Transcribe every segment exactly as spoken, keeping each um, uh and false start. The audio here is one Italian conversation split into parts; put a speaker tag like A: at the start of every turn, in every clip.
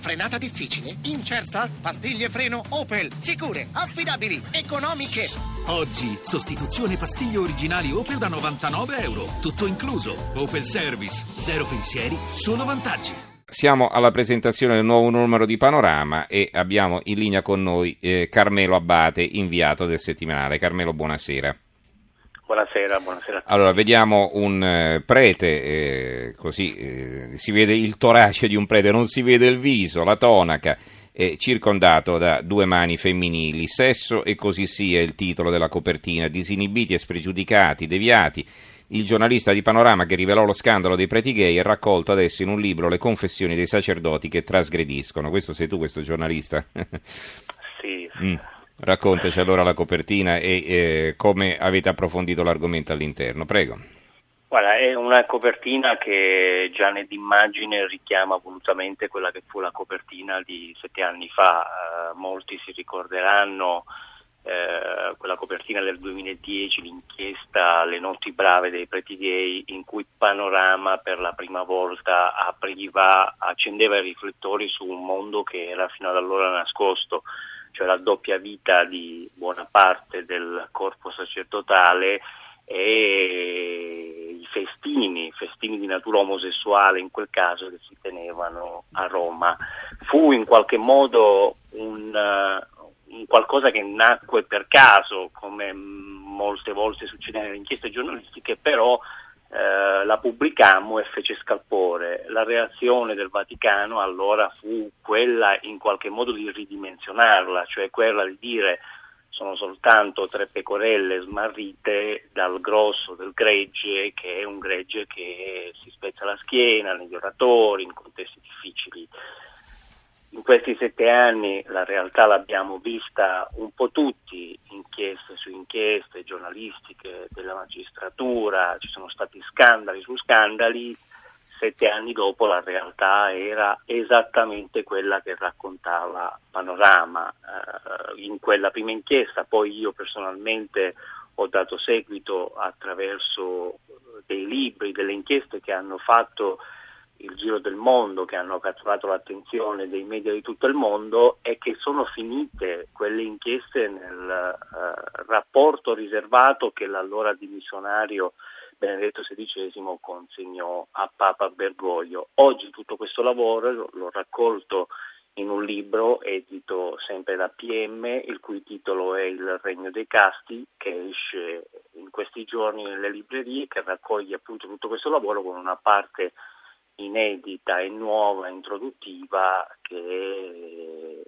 A: Frenata difficile? Incerta? Pastiglie freno Opel. Sicure, affidabili, economiche.
B: Oggi, sostituzione pastiglie originali Opel da novantanove euro. Tutto incluso. Opel Service. Zero pensieri, solo vantaggi.
C: Siamo alla presentazione del nuovo numero di Panorama e abbiamo in linea con noi eh, Carmelo Abbate, inviato del settimanale. Carmelo, buonasera.
D: Buonasera, buonasera.
C: Allora, vediamo un eh, prete, eh, così eh, si vede il torace di un prete, non si vede il viso, la tonaca, eh, circondato da due mani femminili. Sesso e così sia il titolo della copertina. Disinibiti e spregiudicati, deviati. Il giornalista di Panorama che rivelò lo scandalo dei preti gay ha raccolto adesso in un libro le confessioni dei sacerdoti che trasgrediscono. Questo sei tu, questo giornalista?
D: Sì.
C: mm. Raccontaci allora la copertina e eh, come avete approfondito l'argomento all'interno, prego.
D: Guarda, è una copertina che già nell'immagine richiama volutamente quella che fu la copertina di sette anni fa. Uh, molti si ricorderanno uh, quella copertina del duemiladieci, l'inchiesta Le notti brave dei preti gay, in cui Panorama per la prima volta apriva, accendeva i riflettori su un mondo che era fino ad allora nascosto, cioè la doppia vita di buona parte del corpo sacerdotale e i festini, festini di natura omosessuale in quel caso, che si tenevano a Roma. Fu in qualche modo un, uh, un qualcosa che nacque per caso, come molte volte succede nelle inchieste giornalistiche, però Uh, la pubblicammo e fece scalpore. La reazione del Vaticano allora fu quella in qualche modo di ridimensionarla, cioè quella di dire sono soltanto tre pecorelle smarrite dal grosso del gregge, che è un gregge che si spezza la schiena negli oratori, in contesti difficili. In questi sette anni la realtà l'abbiamo vista un po' tutti, inchieste su inchieste, giornalistiche della magistratura, ci sono stati scandali su scandali. Sette anni dopo la realtà era esattamente quella che raccontava Panorama. Eh, in quella prima inchiesta poi io personalmente ho dato seguito attraverso dei libri, delle inchieste che hanno fatto il giro del mondo, che hanno catturato l'attenzione dei media di tutto il mondo, e che sono finite quelle inchieste nel uh, rapporto riservato che l'allora dimissionario Benedetto sedicesimo consegnò a Papa Bergoglio. Oggi tutto questo lavoro lo, l'ho raccolto in un libro edito sempre da P M, il cui titolo è Il Regno dei Casti, che esce in questi giorni nelle librerie, che raccoglie appunto tutto questo lavoro con una parte inedita e nuova, introduttiva, che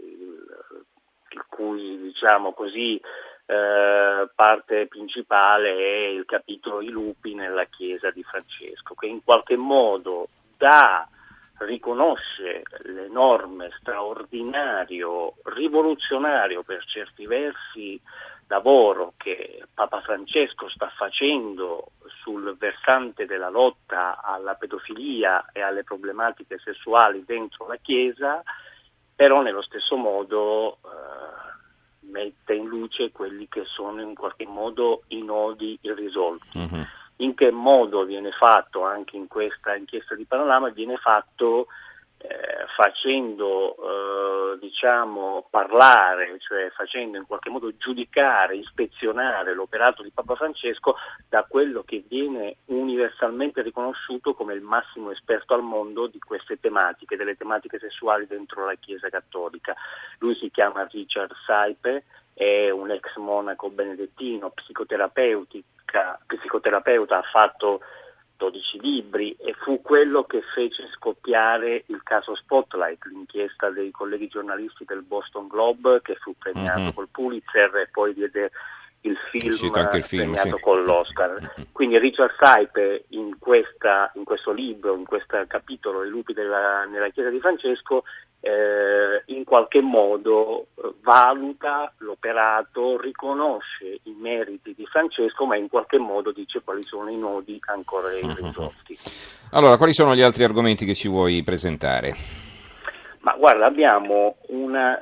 D: il cui, diciamo così, eh, parte principale è il capitolo I lupi nella chiesa di Francesco, che in qualche modo dà, riconosce l'enorme, straordinario, rivoluzionario per certi versi lavoro che Papa Francesco sta facendo sul versante della lotta alla pedofilia e alle problematiche sessuali dentro la Chiesa, però nello stesso modo eh, mette in luce quelli che sono in qualche modo i nodi irrisolti. Mm-hmm. In che modo viene fatto anche in questa inchiesta di Panorama? Viene fatto Eh, facendo eh, diciamo parlare, cioè facendo in qualche modo giudicare, ispezionare l'operato di Papa Francesco da quello che viene universalmente riconosciuto come il massimo esperto al mondo di queste tematiche, delle tematiche sessuali dentro la Chiesa Cattolica. Lui si chiama Richard Saipe, è un ex monaco benedettino, psicoterapeutica, psicoterapeuta, ha fatto dodici libri e fu quello che fece scoppiare il caso Spotlight, l'inchiesta dei colleghi giornalisti del Boston Globe, che fu premiato mm-hmm. col Pulitzer e poi diede il film,
C: anche il film
D: premiato
C: sì.
D: con l'Oscar. Quindi Richard Saipe in, questa, in questo libro, in questo capitolo I lupi della, nella Chiesa di Francesco, eh, in qualche modo eh, valuta l'operato, riconosce i meriti di Francesco, ma in qualche modo dice quali sono i nodi ancora irrisolti.
C: Allora, quali sono gli altri argomenti che ci vuoi presentare?
D: Ma guarda, abbiamo una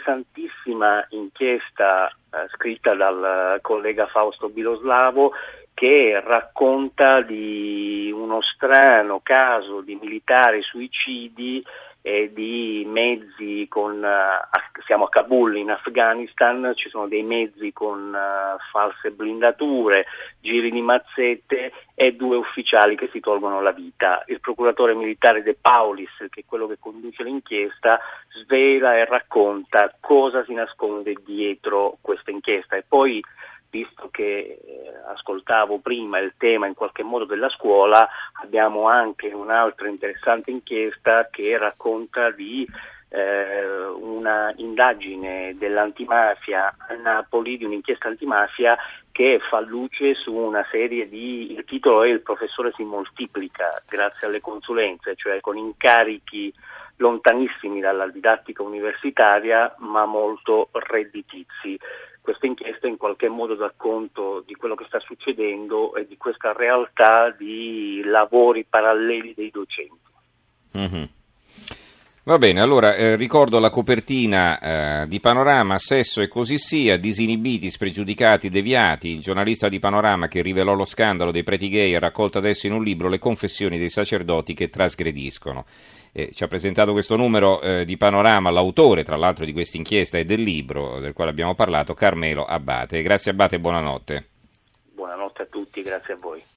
D: interessantissima inchiesta eh, scritta dal collega Fausto Biloslavo, che racconta di uno strano caso di militari suicidi e di mezzi con, uh, siamo a Kabul in Afghanistan, ci sono dei mezzi con uh, false blindature, giri di mazzette e due ufficiali che si tolgono la vita. Il procuratore militare De Paulis, che è quello che conduce l'inchiesta, svela e racconta cosa si nasconde dietro questa inchiesta. E poi, visto che eh, ascoltavo prima il tema in qualche modo della scuola, abbiamo anche un'altra interessante inchiesta che racconta di eh, una indagine dell'antimafia a Napoli, di un'inchiesta antimafia che fa luce su una serie di, il titolo è "Il professore si moltiplica grazie alle consulenze", cioè con incarichi lontanissimi dalla didattica universitaria ma molto redditizi. Questa inchiesta in qualche modo dà conto di quello che sta succedendo e di questa realtà di lavori paralleli dei docenti.
C: Mm-hmm. Va bene, allora eh, ricordo la copertina eh, di Panorama, Sesso e così sia, disinibiti, spregiudicati, deviati, il giornalista di Panorama che rivelò lo scandalo dei preti gay ha raccolto adesso in un libro le confessioni dei sacerdoti che trasgrediscono. Eh, ci ha presentato questo numero eh, di Panorama l'autore, tra l'altro, di questa inchiesta e del libro del quale abbiamo parlato, Carmelo Abbate. Grazie Abbate e buonanotte.
D: Buonanotte a tutti, grazie a voi.